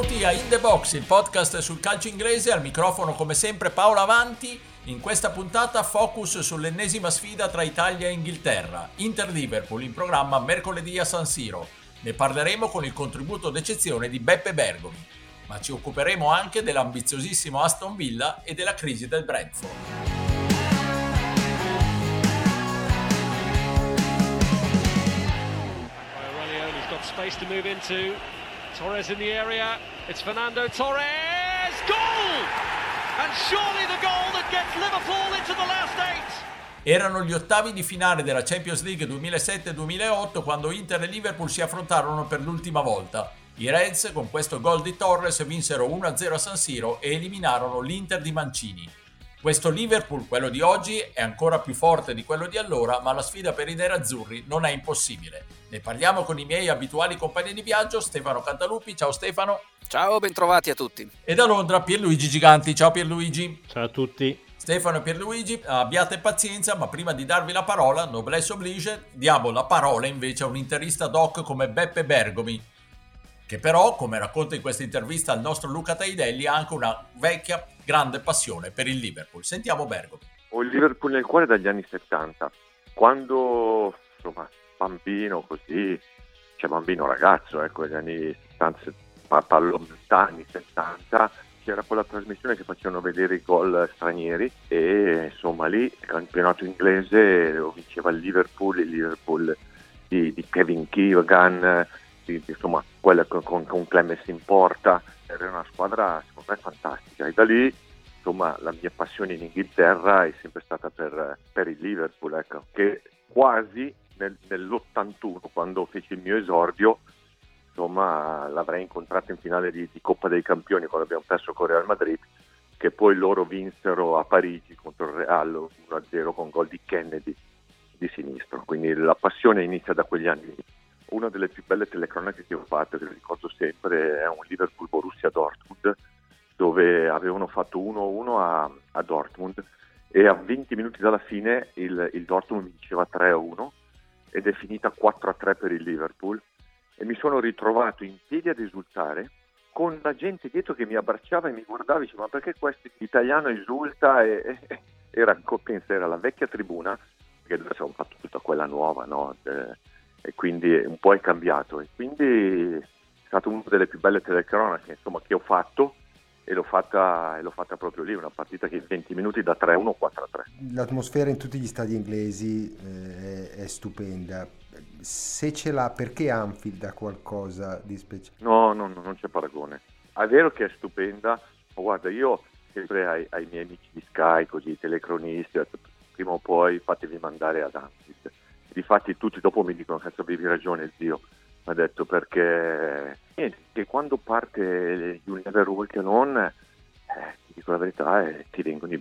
benvenuti a In The Box, il podcast sul calcio inglese. Al microfono come sempre Paolo Avanti. In questa puntata focus sull'ennesima sfida tra Italia e Inghilterra, Inter-Liverpool, in programma mercoledì a San Siro. Ne parleremo con il contributo d'eccezione di Beppe Bergomi, ma ci occuperemo anche dell'ambiziosissimo Aston Villa e della crisi del Brentford. Space to move into. Torres in the area. It's Fernando Torres. Goal! And surely the goal that gets Liverpool into the last eight. Erano gli ottavi di finale della Champions League 2007-2008 quando Inter e Liverpool si affrontarono per l'ultima volta. I Reds con questo gol di Torres vinsero 1-0 a San Siro e eliminarono l'Inter di Mancini. Questo Liverpool, quello di oggi, è ancora più forte di quello di allora, ma la sfida per i nerazzurri non è impossibile. Ne parliamo con i miei abituali compagni di viaggio, Stefano Cantalupi. Ciao Stefano. Ciao, bentrovati a tutti. E da Londra Pierluigi Giganti. Ciao Pierluigi. Ciao a tutti. Stefano e Pierluigi, abbiate pazienza, ma prima di darvi la parola, noblesse oblige, diamo la parola invece a un interista doc come Beppe Bergomi, che però, come racconta in questa intervista al nostro Luca Taidelli, ha anche una vecchia grande passione per il Liverpool. Sentiamo Bergomi. Ho il Liverpool nel cuore dagli anni 70, quando, insomma, bambino così, cioè bambino ragazzo, ecco, gli anni 70, parlo anni 70, c'era quella trasmissione che facevano vedere i gol stranieri e insomma lì il campionato inglese lo vinceva il Liverpool di Kevin Keegan, insomma quella con Clemens in porta. Era una squadra secondo me fantastica e da lì insomma la mia passione in Inghilterra è sempre stata per il Liverpool, ecco, che quasi nell'81 quando feci il mio esordio insomma l'avrei incontrato in finale di Coppa dei Campioni quando abbiamo perso con Real Madrid, che poi loro vinsero a Parigi contro il Real 1-0 con gol di Kennedy di sinistro, quindi la passione inizia da quegli anni. Una delle più belle telecronache che ho fatto, che ricordo sempre, è un Liverpool-Borussia Dortmund, dove avevano fatto 1-1 a Dortmund e a 20 minuti dalla fine il Dortmund vinceva 3-1 ed è finita 4-3 per il Liverpool e mi sono ritrovato in piedi ad esultare con la gente dietro che mi abbracciava e mi guardava e diceva: ma perché questo italiano esulta? Era la vecchia tribuna, perché adesso hanno fatto tutta quella nuova, no? E quindi un po' è cambiato e quindi è stata una delle più belle telecronache insomma che ho fatto e l'ho fatta proprio lì, una partita che in 20 minuti da 3-1 a 4-3. L'atmosfera in tutti gli stadi inglesi è stupenda. Se ce l'ha, perché Anfield ha qualcosa di speciale? No, non c'è paragone. È vero che è stupenda, ma guarda, io sempre ai miei amici di Sky, così i telecronisti, ho detto, prima o poi fatevi mandare ad Anfield. Difatti tutti dopo mi dicono: cazzo, avevi ragione zio, mi ha detto, perché niente, che quando parte You Never Walk Alone, ti dico la verità, ti vengono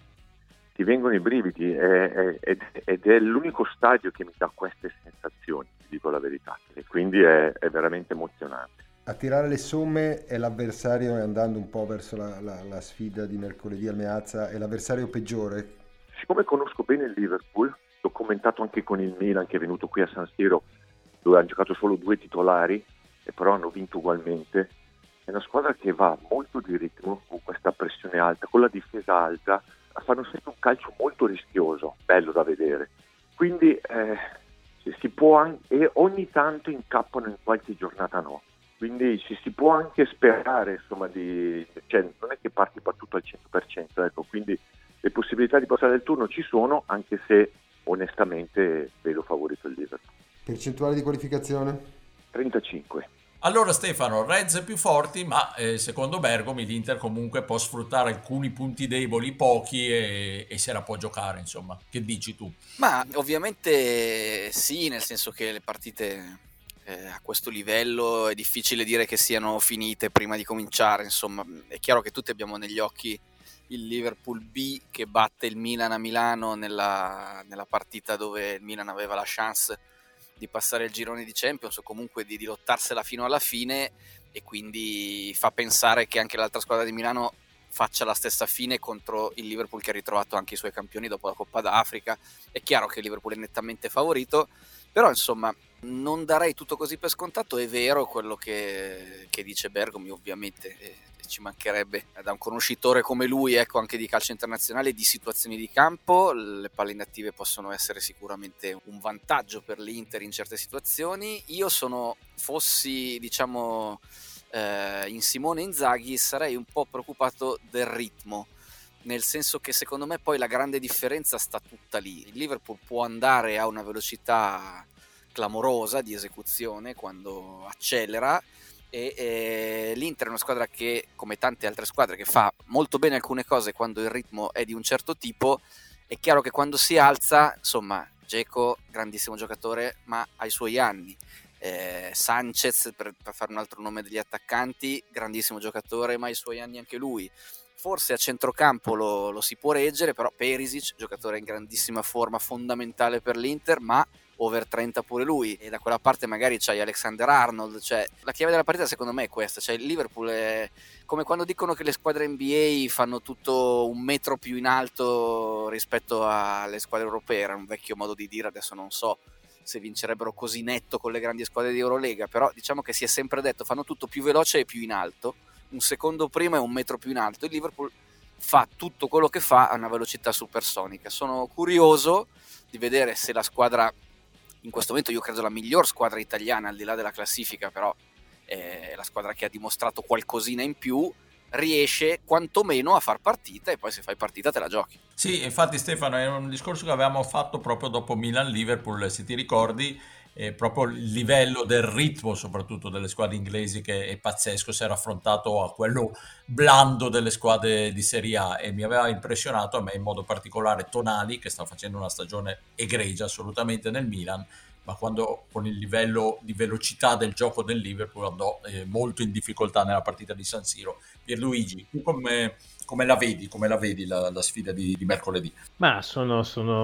i brividi ed è l'unico stadio che mi dà queste sensazioni, ti dico la verità, e quindi è veramente emozionante. A tirare le somme è l'avversario, andando un po' verso la sfida di mercoledì al Meazza, è l'avversario peggiore? Siccome conosco bene il Liverpool, l'ho commentato anche con il Milan che è venuto qui a San Siro, dove hanno giocato solo 2 titolari e però hanno vinto ugualmente. È una squadra che va molto di ritmo, con questa pressione alta, con la difesa alta, fanno sempre un calcio molto rischioso, bello da vedere. Quindi si può e ogni tanto incappano in qualche giornata no. Quindi si può anche sperare, insomma, cioè non è che parti battuto al 100%, ecco, quindi le possibilità di passare il turno ci sono, anche se onestamente vedo favorito il Liverpool. Percentuale di qualificazione? 35. Allora Stefano, Reds più forti, ma secondo Bergomi l'Inter comunque può sfruttare alcuni punti deboli, pochi, e se la può giocare, insomma. Che dici tu? Ma ovviamente sì, nel senso che le partite a questo livello è difficile dire che siano finite prima di cominciare, insomma. È chiaro che tutti abbiamo negli occhi il Liverpool B che batte il Milan a Milano nella partita dove il Milan aveva la chance di passare il girone di Champions o comunque di lottarsela fino alla fine, e quindi fa pensare che anche l'altra squadra di Milano faccia la stessa fine contro il Liverpool che ha ritrovato anche i suoi campioni dopo la Coppa d'Africa. È chiaro che il Liverpool è nettamente favorito, Però insomma non darei tutto così per scontato. È vero quello che dice Bergomi, ovviamente, ci mancherebbe da un conoscitore come lui, ecco, anche di calcio internazionale, di situazioni di campo. Le palle inattive possono essere sicuramente un vantaggio per l'Inter in certe situazioni. Io fossi diciamo in Simone Inzaghi, sarei un po' preoccupato del ritmo, nel senso che secondo me poi la grande differenza sta tutta lì. Il Liverpool può andare a una velocità clamorosa di esecuzione quando accelera, e l'Inter è una squadra che, come tante altre squadre, che fa molto bene alcune cose quando il ritmo è di un certo tipo. È chiaro che quando si alza, insomma, Dzeko, grandissimo giocatore, ma ha i suoi anni. Sanchez, per fare un altro nome degli attaccanti, grandissimo giocatore, ma ha i suoi anni anche lui. Forse a centrocampo lo si può reggere, però Perisic, giocatore in grandissima forma, fondamentale per l'Inter, ma over 30 pure lui, e da quella parte magari c'hai Alexander Arnold. Cioè, la chiave della partita secondo me è questa, cioè il Liverpool è come quando dicono che le squadre NBA fanno tutto un metro più in alto rispetto alle squadre europee. Era un vecchio modo di dire, adesso non so se vincerebbero così netto con le grandi squadre di Eurolega, però diciamo che si è sempre detto fanno tutto più veloce e più in alto, un secondo prima e un metro più in alto. Il Liverpool fa tutto quello che fa a una velocità supersonica. Sono curioso di vedere se la squadra, in questo momento io credo la miglior squadra italiana al di là della classifica, però è la squadra che ha dimostrato qualcosina in più, riesce quantomeno a far partita, e poi se fai partita te la giochi. Sì, infatti Stefano, è un discorso che avevamo fatto proprio dopo Milan-Liverpool, se ti ricordi, proprio il livello del ritmo soprattutto delle squadre inglesi che è pazzesco, si era affrontato a quello blando delle squadre di Serie A, e mi aveva impressionato a me in modo particolare Tonali, che sta facendo una stagione egregia assolutamente nel Milan, ma quando con il livello di velocità del gioco del Liverpool andò molto in difficoltà nella partita di San Siro. Pierluigi, tu come la vedi la sfida di mercoledì? Ma sono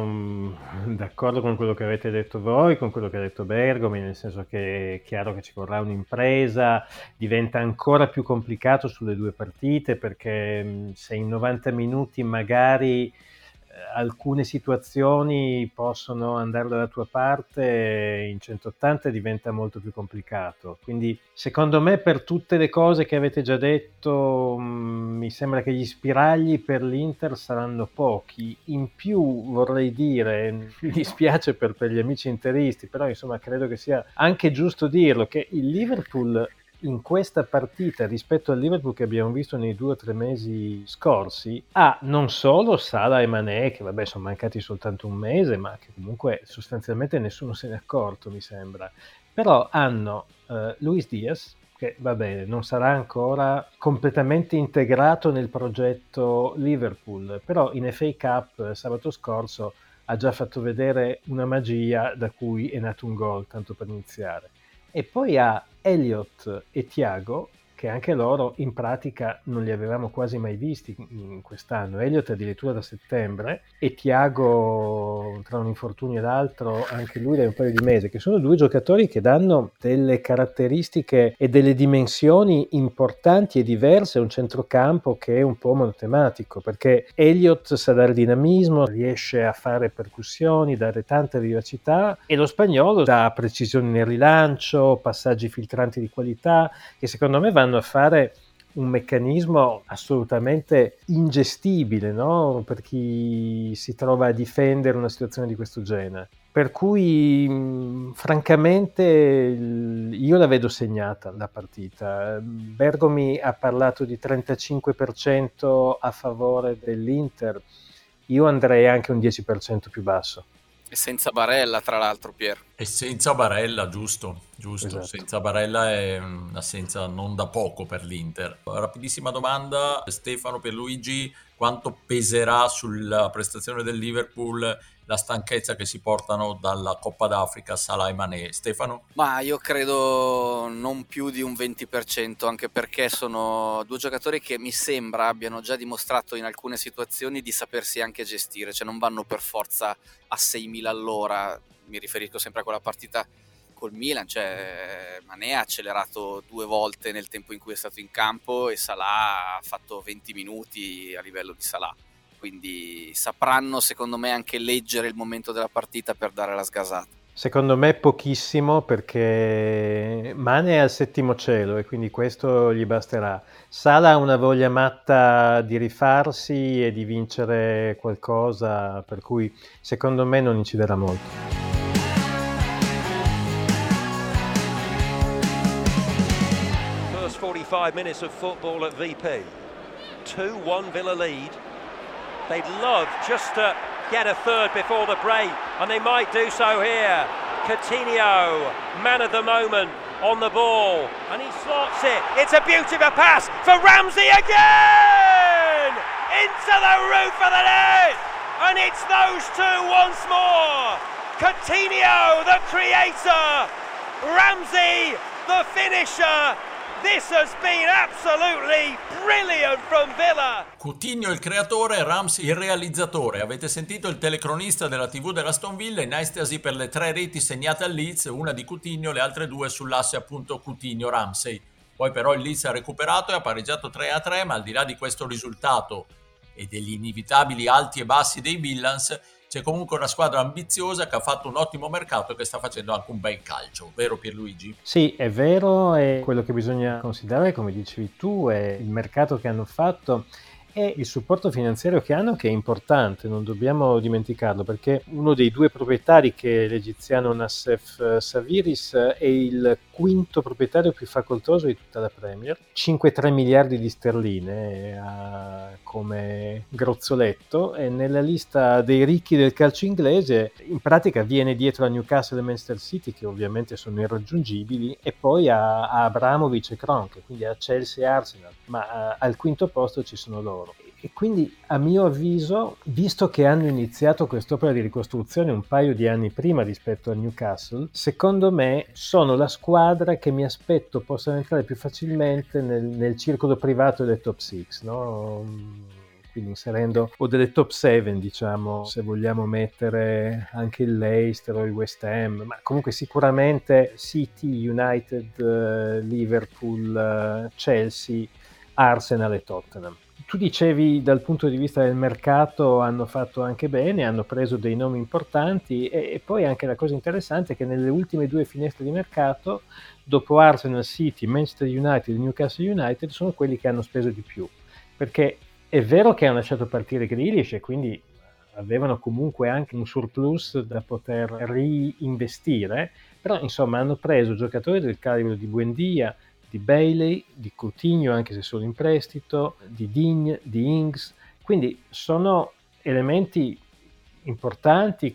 d'accordo con quello che avete detto voi, con quello che ha detto Bergomi, nel senso che è chiaro che ci vorrà un'impresa, diventa ancora più complicato sulle due partite, perché se in 90 minuti magari alcune situazioni possono andare dalla tua parte, in 180 diventa molto più complicato. Quindi secondo me, per tutte le cose che avete già detto, mi sembra che gli spiragli per l'Inter saranno pochi. In più vorrei dire, mi dispiace per gli amici interisti, però insomma credo che sia anche giusto dirlo, che il Liverpool in questa partita, rispetto al Liverpool che abbiamo visto nei 2 o 3 mesi scorsi, ha non solo Salah e Mané, che vabbè sono mancati soltanto un mese, ma che comunque sostanzialmente nessuno se ne è accorto, mi sembra, però hanno Luis Diaz, che vabbè non sarà ancora completamente integrato nel progetto Liverpool, però in FA Cup sabato scorso ha già fatto vedere una magia da cui è nato un gol, tanto per iniziare. E poi ha Elliott e Thiago, che anche loro in pratica non li avevamo quasi mai visti in quest'anno. Elliott addirittura da settembre, e Thiago tra un infortunio e l'altro anche lui da un paio di mesi, che sono due giocatori che danno delle caratteristiche e delle dimensioni importanti e diverse a un centrocampo che è un po' monotematico, perché Elliott sa dare dinamismo, riesce a fare percussioni, dare tanta vivacità, e lo spagnolo dà precisione nel rilancio, passaggi filtranti di qualità, che secondo me vanno a fare un meccanismo assolutamente ingestibile, no? Per chi si trova a difendere una situazione di questo genere. Per cui francamente io la vedo segnata la partita. Bergomi ha parlato di 35% a favore dell'Inter, io andrei anche un 10% più basso. E senza Barella, tra l'altro, Pier. E senza Barella, giusto. Esatto. Senza Barella è un'assenza non da poco per l'Inter. Rapidissima domanda, Stefano, per Luigi, quanto peserà sulla prestazione del Liverpool la stanchezza che si portano dalla Coppa d'Africa Salah e Mané? Stefano? Ma io credo non più di un 20%, anche perché sono due giocatori che mi sembra abbiano già dimostrato in alcune situazioni di sapersi anche gestire, cioè non vanno per forza a 6.000 all'ora. Mi riferisco sempre a quella partita col Milan, cioè Mané ha accelerato 2 volte nel tempo in cui è stato in campo, e Salah ha fatto 20 minuti a livello di Salah. Quindi sapranno secondo me anche leggere il momento della partita per dare la sgasata. Secondo me pochissimo, perché Mane è al settimo cielo e quindi questo gli basterà. Salah ha una voglia matta di rifarsi e di vincere qualcosa, per cui secondo me non inciderà molto. First 45 minutes of football at VP. 2-1 Villa lead. They'd love just to get a third before the break, and they might do so here. Coutinho, man of the moment, on the ball, and he slots it. It's a beauty of a pass for Ramsey again! Into the roof of the net! And it's those two once more! Coutinho, the creator! Ramsey, the finisher! This has been absolutely brilliant from Villa. Coutinho il creatore, Ramsey il realizzatore. Avete sentito il telecronista della TV dell'Aston Villa in estasi per le 3 reti segnate al Leeds, una di Coutinho, le altre 2 sull'asse appunto Coutinho-Ramsey. Poi però il Leeds ha recuperato e ha pareggiato 3-3, ma al di là di questo risultato e degli inevitabili alti e bassi dei Villans, c'è comunque una squadra ambiziosa che ha fatto un ottimo mercato e che sta facendo anche un bel calcio, vero Pierluigi? Sì, è vero, e quello che bisogna considerare, come dicevi tu, è il mercato che hanno fatto e il supporto finanziario che hanno, che è importante, non dobbiamo dimenticarlo, perché uno dei 2 proprietari, che è l'egiziano Nassef Sawiris, è il quinto proprietario più facoltoso di tutta la Premier, 5,3 miliardi di sterline come grozzoletto, e nella lista dei ricchi del calcio inglese in pratica viene dietro a Newcastle e Manchester City, che ovviamente sono irraggiungibili, e poi a Abramovich e Kroenke, quindi a Chelsea e Arsenal, ma al quinto posto ci sono loro. E quindi, a mio avviso, visto che hanno iniziato quest'opera di ricostruzione un paio di anni prima rispetto a Newcastle, secondo me sono la squadra che mi aspetto possano entrare più facilmente nel circolo privato delle top 6, no? Quindi inserendo, o delle top 7, diciamo, se vogliamo mettere anche il Leicester o il West Ham, ma comunque sicuramente City, United, Liverpool, Chelsea, Arsenal e Tottenham. Tu dicevi, dal punto di vista del mercato hanno fatto anche bene, hanno preso dei nomi importanti, e poi anche la cosa interessante è che nelle ultime 2 finestre di mercato, dopo Arsenal, City, Manchester United e Newcastle United, sono quelli che hanno speso di più, perché è vero che hanno lasciato partire Grealish e quindi avevano comunque anche un surplus da poter reinvestire, però insomma hanno preso giocatori del calibro di Buendia, di Bailey, di Coutinho anche se solo in prestito, di Digne, di Ings, quindi sono elementi importanti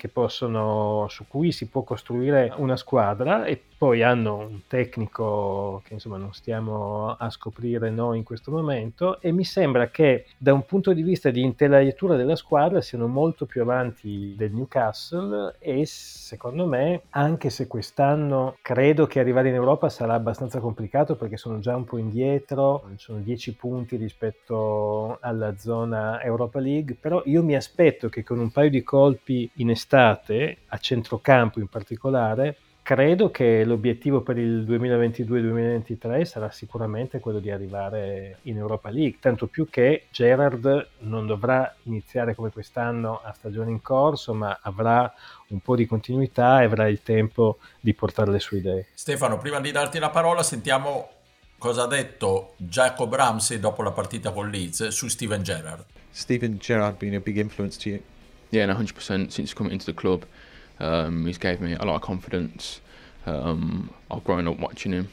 su cui si può costruire una squadra, e poi hanno un tecnico che insomma non stiamo a scoprire noi in questo momento, e mi sembra che da un punto di vista di intelaiatura della squadra siano molto più avanti del Newcastle, e secondo me, anche se quest'anno credo che arrivare in Europa sarà abbastanza complicato perché sono già un po' indietro, sono 10 punti rispetto alla zona Europa League, però io mi aspetto che con un paio di colpi in estate, a centrocampo in particolare, credo che l'obiettivo per il 2022-2023 sarà sicuramente quello di arrivare in Europa League, tanto più che Gerrard non dovrà iniziare come quest'anno a stagione in corso, ma avrà un po' di continuità e avrà il tempo di portare le sue idee. Stefano, prima di darti la parola, sentiamo cosa ha detto Jacob Ramsey dopo la partita con Leeds su Steven Gerrard. Steven Gerrard been a big influence to you? Yeah, and 100% since coming into the club. He's gave me a lot of confidence. I've grown up watching him,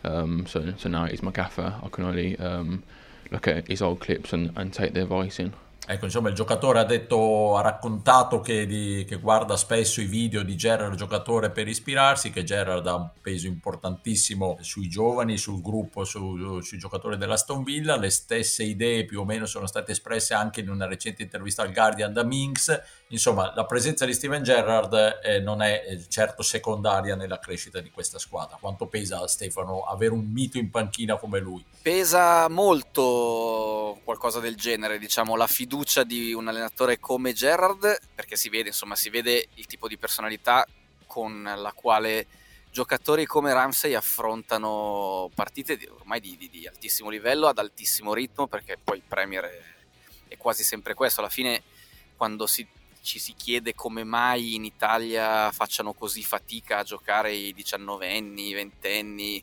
so now he's my gaffer. I can only look at his old clips and take the advice in. Ecco, insomma, il giocatore ha raccontato che guarda spesso i video di Gerrard giocatore per ispirarsi, che Gerrard ha un peso importantissimo sui giovani, sul gruppo, sui giocatori dell'Aston Villa. Le stesse idee più o meno sono state espresse anche in una recente intervista al Guardian da Mings. Insomma, la presenza di Steven Gerrard non è certo secondaria nella crescita di questa squadra. Quanto pesa, Stefano, avere un mito in panchina come lui? Pesa molto qualcosa del genere, diciamo, la fiducia di un allenatore come Gerrard, perché si vede il tipo di personalità con la quale giocatori come Ramsey affrontano partite ormai di altissimo livello, ad altissimo ritmo, perché poi il Premier è quasi sempre questo. Alla fine, quando ci ci si chiede come mai in Italia facciano così fatica a giocare i 19enni, i 20enni,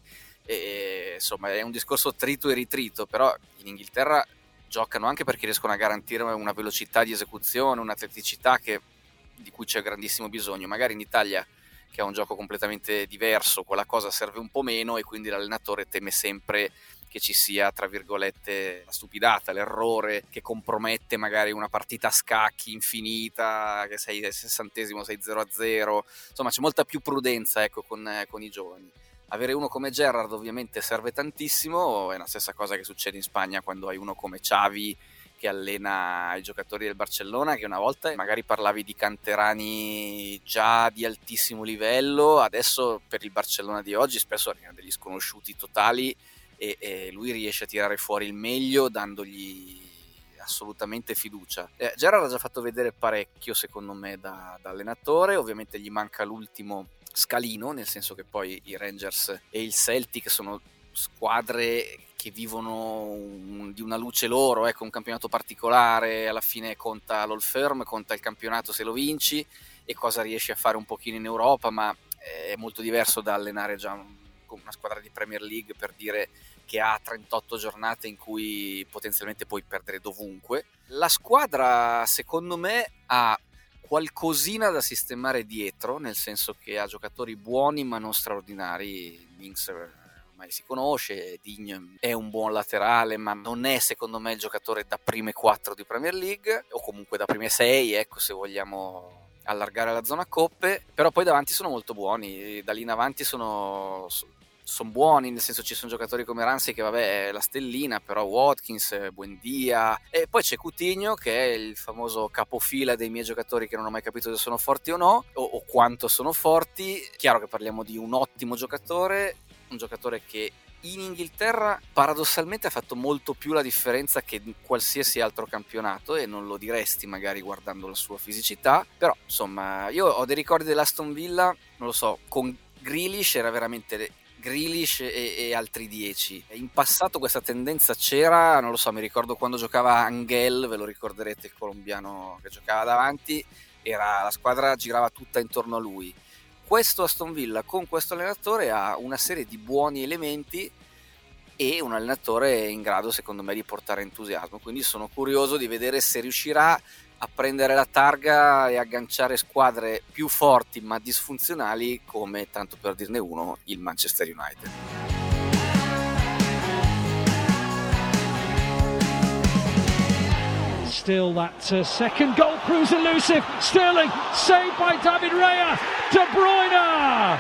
insomma è un discorso trito e ritrito, però in Inghilterra giocano anche perché riescono a garantire una velocità di esecuzione, un'atleticità di cui c'è grandissimo bisogno. Magari in Italia, che ha un gioco completamente diverso, quella cosa serve un po' meno e quindi l'allenatore teme sempre che ci sia, tra virgolette, la stupidata, l'errore che compromette magari una partita a scacchi infinita, che sei al 60esimo, sei 0-0, insomma c'è molta più prudenza, ecco, con i giovani. Avere uno come Gerrard ovviamente serve tantissimo, è la stessa cosa che succede in Spagna quando hai uno come Xavi che allena i giocatori del Barcellona, che una volta magari parlavi di canterani già di altissimo livello, adesso per il Barcellona di oggi spesso arrivano degli sconosciuti totali e lui riesce a tirare fuori il meglio dandogli assolutamente fiducia. Gerrard ha già fatto vedere parecchio secondo me da allenatore, ovviamente gli manca l'ultimo scalino, nel senso che poi i Rangers e il Celtic sono squadre che vivono di una luce loro, ecco, un campionato particolare, alla fine conta l'Old Firm, conta il campionato se lo vinci e cosa riesci a fare un pochino in Europa, ma è molto diverso da allenare già una squadra di Premier League, per dire, che ha 38 giornate in cui potenzialmente puoi perdere dovunque. La squadra secondo me ha qualcosina da sistemare dietro, nel senso che ha giocatori buoni ma non straordinari. Minks ormai si conosce, Digne è un buon laterale ma non è secondo me il giocatore da prime 4 di Premier League, o comunque da prime 6, ecco, se vogliamo allargare la zona coppe, però poi davanti sono molto buoni, da lì in avanti sono buoni, nel senso ci sono giocatori come Ramsey che vabbè è la stellina, però Watkins, Buendia, e poi c'è Coutinho che è il famoso capofila dei miei giocatori che non ho mai capito se sono forti o no, o quanto sono forti. Chiaro che parliamo di un ottimo giocatore, un giocatore che in Inghilterra paradossalmente ha fatto molto più la differenza che in qualsiasi altro campionato, e non lo diresti magari guardando la sua fisicità, però insomma io ho dei ricordi dell'Aston Villa, non lo so, con Grealish era veramente Grealish e altri 10. In passato questa tendenza c'era, non lo so, mi ricordo quando giocava Angel, ve lo ricorderete, il colombiano che giocava davanti, la squadra girava tutta intorno a lui. Questo Aston Villa con questo allenatore ha una serie di buoni elementi e un allenatore in grado secondo me di portare entusiasmo, quindi sono curioso di vedere se riuscirà a prendere la targa e agganciare squadre più forti ma disfunzionali come, tanto per dirne uno, il Manchester United. Still that second goal proves elusive. Sterling saved by David Raya. De Bruyne.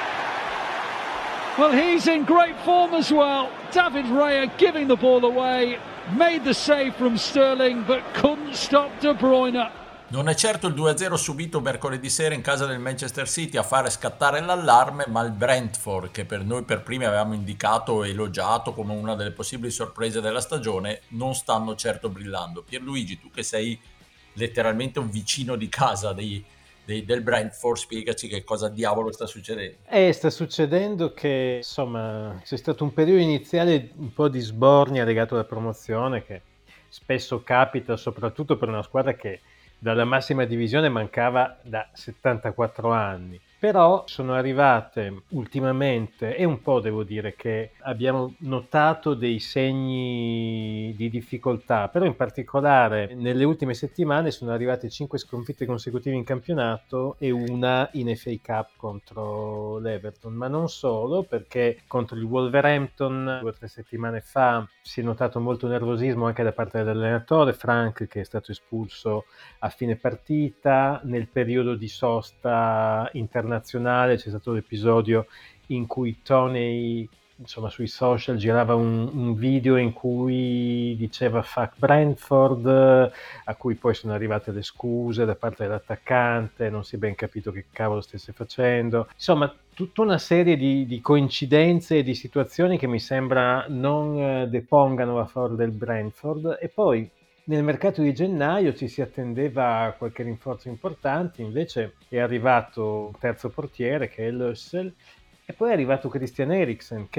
Well, he's in great form as well. David Raya giving the ball away. Made the save from Sterling but couldn't stop De Bruyne. Non è certo il 2-0 subito mercoledì sera in casa del Manchester City a fare scattare l'allarme, ma il Brentford, che per noi per primi avevamo indicato e elogiato come una delle possibili sorprese della stagione, non stanno certo brillando. Pierluigi, tu che sei letteralmente un vicino di casa del Brentford, spiegaci che cosa diavolo sta succedendo. Sta succedendo che insomma c'è stato un periodo iniziale un po' di sbornia legato alla promozione, che spesso capita soprattutto per una squadra che dalla massima divisione mancava da 74 anni. Però sono arrivate ultimamente, e un po' devo dire che abbiamo notato dei segni di difficoltà, però in particolare nelle ultime settimane sono arrivate 5 sconfitte consecutive in campionato e una in FA Cup contro l'Everton, ma non solo, perché contro il Wolverhampton 2 o 3 settimane fa si è notato molto nervosismo anche da parte dell'allenatore Frank, che è stato espulso a fine partita. Nel periodo di sosta internazionale c'è stato l'episodio in cui Tony, insomma, sui social girava un video in cui diceva fuck Brentford, a cui poi sono arrivate le scuse da parte dell'attaccante, non si è ben capito che cavolo stesse facendo. Insomma, tutta una serie di coincidenze e di situazioni che mi sembra non depongano a favore del Brentford. E poi nel mercato di gennaio ci si attendeva qualche rinforzo importante, invece è arrivato un terzo portiere che è l'Össel, e poi è arrivato Christian Eriksen, che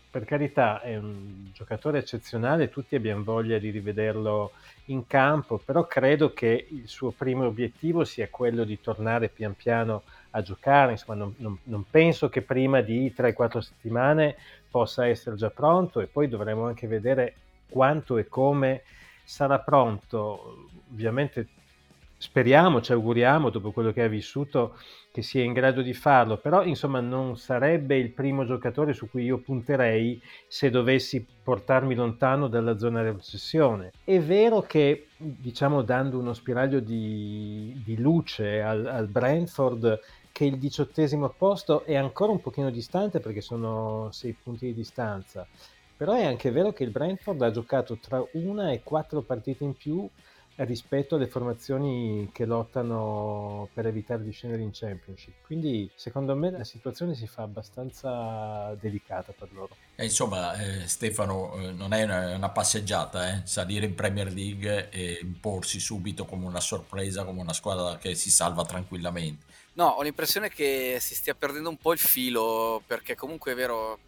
per carità è un giocatore eccezionale, tutti abbiamo voglia di rivederlo in campo, però credo che il suo primo obiettivo sia quello di tornare pian piano a giocare. Insomma, non penso che prima di 3-4 settimane possa essere già pronto, e poi dovremo anche vedere quanto e come sarà pronto. Ovviamente speriamo, ci auguriamo, dopo quello che ha vissuto, che sia in grado di farlo, però insomma non sarebbe il primo giocatore su cui io punterei se dovessi portarmi lontano dalla zona di ossessione. È vero che, diciamo, dando uno spiraglio di luce al Brentford, che il 18° posto è ancora un pochino distante, perché sono 6 punti di distanza, però è anche vero che il Brentford ha giocato tra 1 e 4 partite in più rispetto alle formazioni che lottano per evitare di scendere in Championship, quindi secondo me la situazione si fa abbastanza delicata per loro. Insomma, Stefano, non è una passeggiata, salire in Premier League e imporsi subito come una sorpresa, come una squadra che si salva tranquillamente. No, ho l'impressione che si stia perdendo un po' il filo, perché comunque è vero,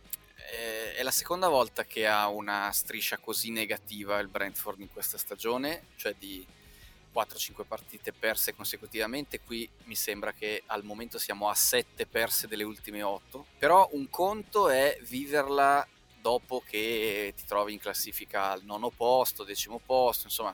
è la seconda volta che ha una striscia così negativa il Brentford in questa stagione, cioè di 4-5 partite perse consecutivamente. Qui mi sembra che al momento siamo a 7 perse delle ultime 8, però un conto è viverla dopo che ti trovi in classifica al 9° posto, 10° posto, insomma,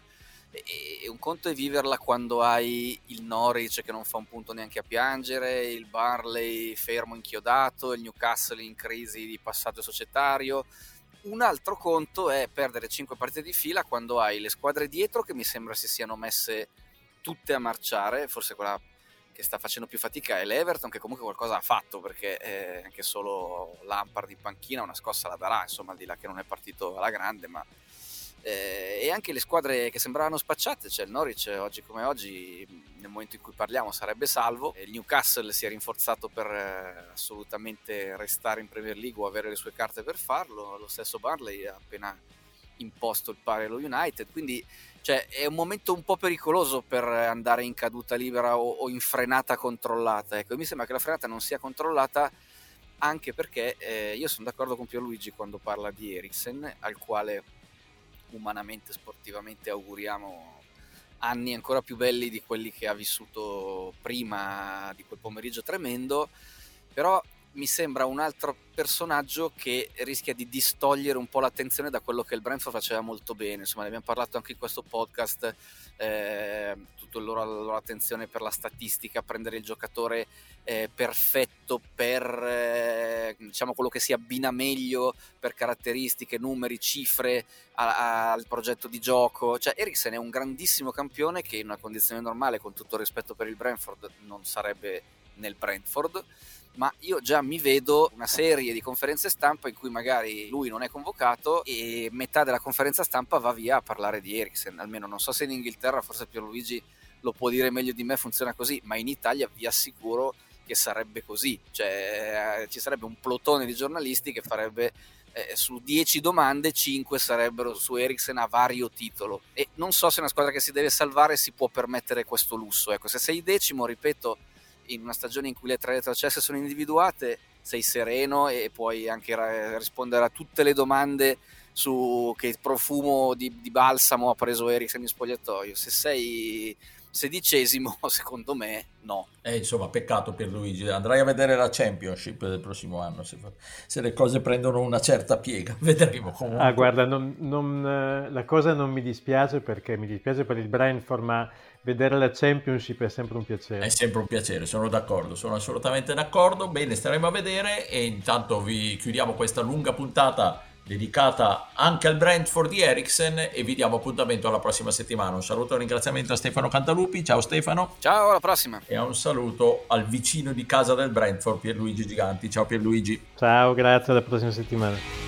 e un conto è viverla quando hai il Norwich che non fa un punto neanche a piangere, il Burnley fermo inchiodato, il Newcastle in crisi di passaggio societario. Un altro conto è perdere 5 partite di fila quando hai le squadre dietro che mi sembra si siano messe tutte a marciare. Forse quella che sta facendo più fatica è l'Everton, che comunque qualcosa ha fatto, perché anche solo Lampard in panchina una scossa la darà, insomma, al di là che non è partito alla grande, ma e anche le squadre che sembravano spacciate, cioè il Norwich oggi come oggi, nel momento in cui parliamo, sarebbe salvo. Il Newcastle si è rinforzato per assolutamente restare in Premier League o avere le sue carte per farlo. Lo stesso Burnley ha appena imposto il pari allo United, quindi cioè, è un momento un po' pericoloso per andare in caduta libera o in frenata controllata. Ecco, mi sembra che la frenata non sia controllata, anche perché io sono d'accordo con Pierluigi quando parla di Eriksen, al quale umanamente, sportivamente auguriamo anni ancora più belli di quelli che ha vissuto prima di quel pomeriggio tremendo. Però mi sembra un altro personaggio che rischia di distogliere un po' l'attenzione da quello che il Brentford faceva molto bene. Insomma, ne abbiamo parlato anche in questo podcast, tutto la loro attenzione per la statistica, prendere il giocatore perfetto per diciamo quello che si abbina meglio per caratteristiche, numeri, cifre al progetto di gioco. Cioè Eriksen è un grandissimo campione che in una condizione normale, con tutto il rispetto per il Brentford, non sarebbe nel Brentford, ma io già mi vedo una serie di conferenze stampa in cui magari lui non è convocato e metà della conferenza stampa va via a parlare di Eriksen. Almeno non so se in Inghilterra, forse Pierluigi lo può dire meglio di me, funziona così, ma in Italia vi assicuro che sarebbe così. Cioè ci sarebbe un plotone di giornalisti che farebbe su 10 domande 5 sarebbero su Eriksen a vario titolo, e non so se una squadra che si deve salvare si può permettere questo lusso. Ecco, se sei 10°, ripeto, in una stagione in cui le 3 retrocesse sono individuate, sei sereno e puoi anche rispondere a tutte le domande su che profumo di balsamo ha preso Eriksen in spogliatoio. Se sei 16°, secondo me no. Insomma, peccato per Luigi. Andrai a vedere la Championship del prossimo anno se le cose prendono una certa piega. Vedremo comunque. Guarda, la cosa non mi dispiace, perché mi dispiace per il Brentford, ma vedere la Championship è sempre un piacere. È sempre un piacere, sono d'accordo, sono assolutamente d'accordo. Bene, staremo a vedere, e intanto vi chiudiamo questa lunga puntata dedicata anche al Brentford di Eriksen e vi diamo appuntamento alla prossima settimana. Un saluto e un ringraziamento a Stefano Cantalupi. Ciao Stefano. Ciao, alla prossima. E un saluto al vicino di casa del Brentford, Pierluigi Giganti. Ciao Pierluigi. Ciao, grazie, alla prossima settimana.